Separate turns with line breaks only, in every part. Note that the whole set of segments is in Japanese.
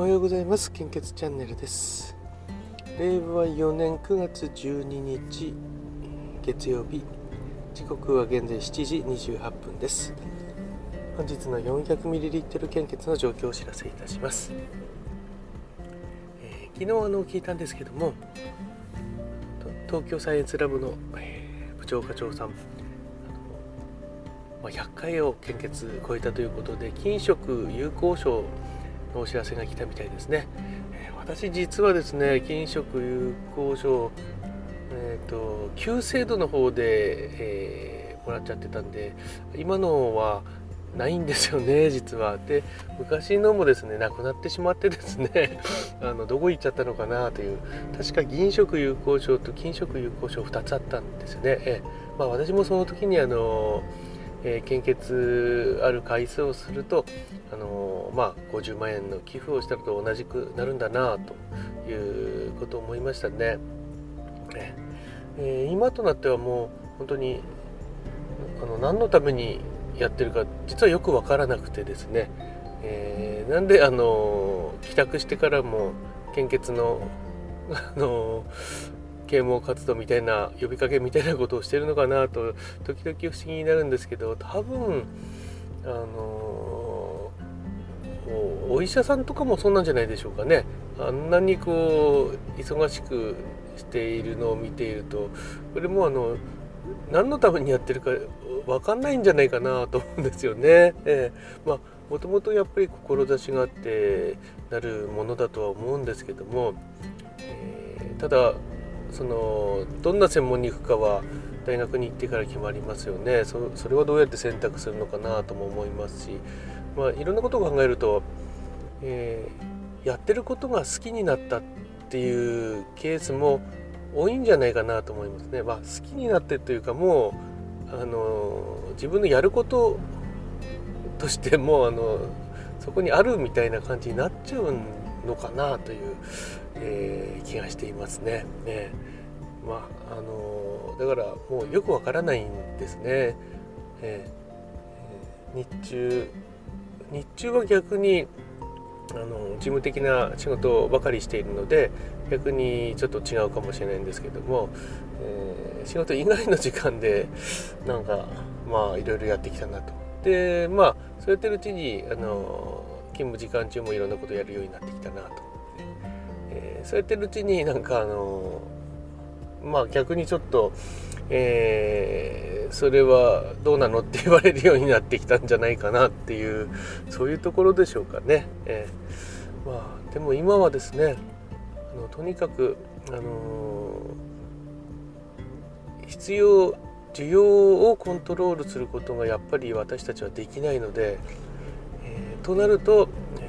おはようございます。献血チャンネルです。令和4年9月12日月曜日、時刻は現在7時28分です。本日の 400ml 献血の状況をお知らせいたします。昨日聞いたんですけども、東京サイエンスラボの、部長課長さん、100回を献血超えたということで、筋食有効賞のお知らせが来たみたいですね。私実はですね、筋食有効賞、旧制度の方で、もらっちゃってたんで、今のはないんですよね、実は。で、昔のもですね、なくなってしまってですねどこ行っちゃったのかなという。確か銀食有効賞と金食有効賞2つあったんですよね。私もその時に献血ある回数をすると50万円の寄付をしたのと同じくなるんだなということを思いましたね。今となってはもう本当に何のためにやってるか実はよく分からなくてですね、なんで帰宅してからも献血の啓蒙活動みたいな呼びかけみたいなことをしてるのかなと時々不思議になるんですけど、多分お医者さんとかもそうなんじゃないでしょうかね。あんなに忙しくしているのを見ていると、これも何のためにやってるか分かんないんじゃないかなと思うんですよね。もともとやっぱり志があってなるものだとは思うんですけども、ただどんな専門に行くかは大学に行ってから決まりますよね。それはどうやって選択するのかなとも思いますし、いろんなことを考えると、やってることが好きになったっていうケースも多いんじゃないかなと思いますね。好きになってというか、もう自分のやることとしてもそこにあるみたいな感じになっちゃうのかなという、気がしていますね。だからもうよくわからないんですね。日中は逆に事務的な仕事ばかりしているので、逆にちょっと違うかもしれないんですけども、仕事以外の時間でいろいろやってきたなと。でそうやってるうちに勤務時間中もいろんなことをやるようになってきたなと。そうやってるうちに逆にちょっと、それはどうなのって言われるようになってきたんじゃないかなっていう、そういうところでしょうかね。でも今はですね、とにかく需要をコントロールすることがやっぱり私たちはできないので、となると、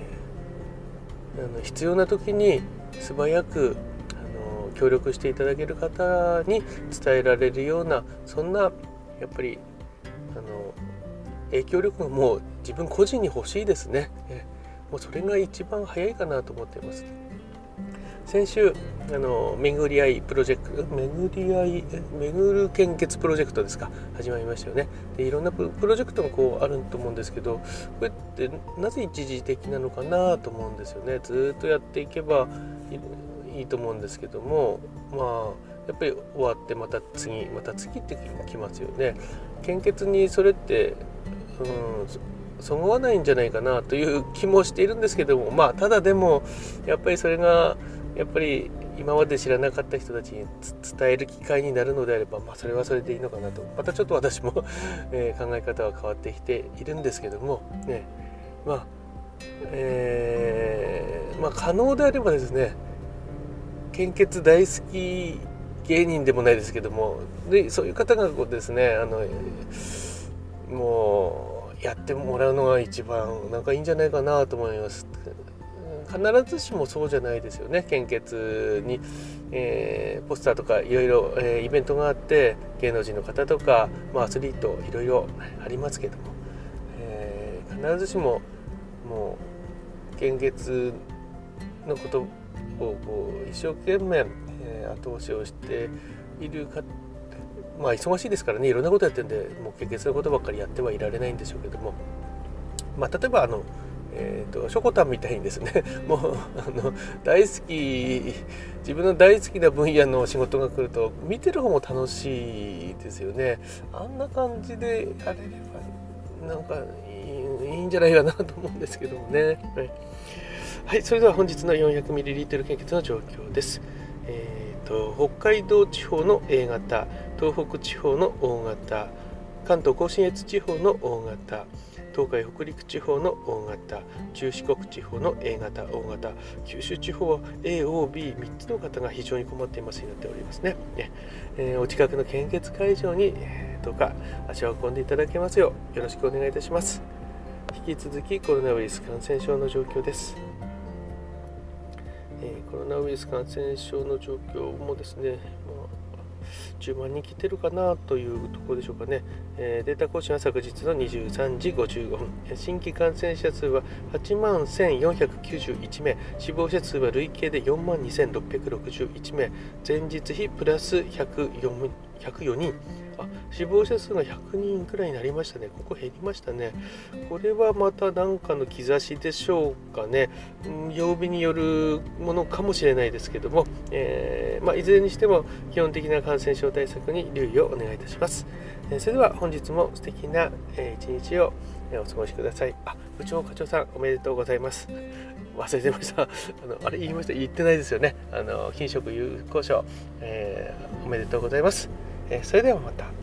必要な時に素早く協力していただける方に伝えられるような、そんなやっぱり影響力がもう自分個人に欲しいですね。もうそれが一番早いかなと思っています。先週巡り合いプロジェクト、巡る献血プロジェクトですか、始まりましたよね。でいろんなプロジェクトがあると思うんですけど、これってなぜ一時的なのかなと思うんですよね。ずっとやっていけばいいと思うんですけども、やっぱり終わってまた次ってきますよね。献血にそれってそぐわないんじゃないかなという気もしているんですけども、ただでもやっぱりそれがやっぱり今まで知らなかった人たちに伝える機会になるのであれば、それはそれでいいのかなと。またちょっと私も考え方は変わってきているんですけどもね。可能であればですね、献血大好き芸人でもないですけども、そういう方がですね、もうやってもらうのが一番いいんじゃないかなと思います。必ずしもそうじゃないですよね。献血に、ポスターとかいろいろイベントがあって、芸能人の方とか、アスリートいろいろありますけども、必ずしももう献血のことを一生懸命、後押しをしているか、忙しいですからね、いろんなことやってるんで、もう献血のことばっかりやってはいられないんでしょうけども、例えばショコタンみたいにですねもう大好き、自分の大好きな分野の仕事が来ると見てる方も楽しいですよね。あんな感じでやれればなんかいいんじゃないかなと思うんですけどもね。はい、それでは本日の 400ml 献血の状況です。北海道地方の A 型、東北地方の O 型、関東甲信越地方の O 型、東海北陸地方の O 型、中四国地方の A 型、O 型、九州地方は A、O、B3 つの方が非常に困っていますになっておりますね。お近くの献血会場にどうか足を運んでいただけますようよろしくお願いいたします。引き続きコロナウイルス感染症の状況です。コロナウイルス感染症の状況もですね、10万人来てるかなというところでしょうかね。データ更新は昨日の23時55分、新規感染者数は8万1491名、死亡者数は累計で4万2661名、前日比プラス104人、死亡者数が100人くらいになりましたね。ここ減りましたね。これはまた何かの兆しでしょうかね。曜日によるものかもしれないですけども、いずれにしても基本的な感染症対策に留意をお願いいたします。それでは本日も素敵な一日をお過ごしください。部長課長さんおめでとうございます。忘れてました。あれ言いました？言ってないですよね。金色有効賞、おめでとうございます。それではまた。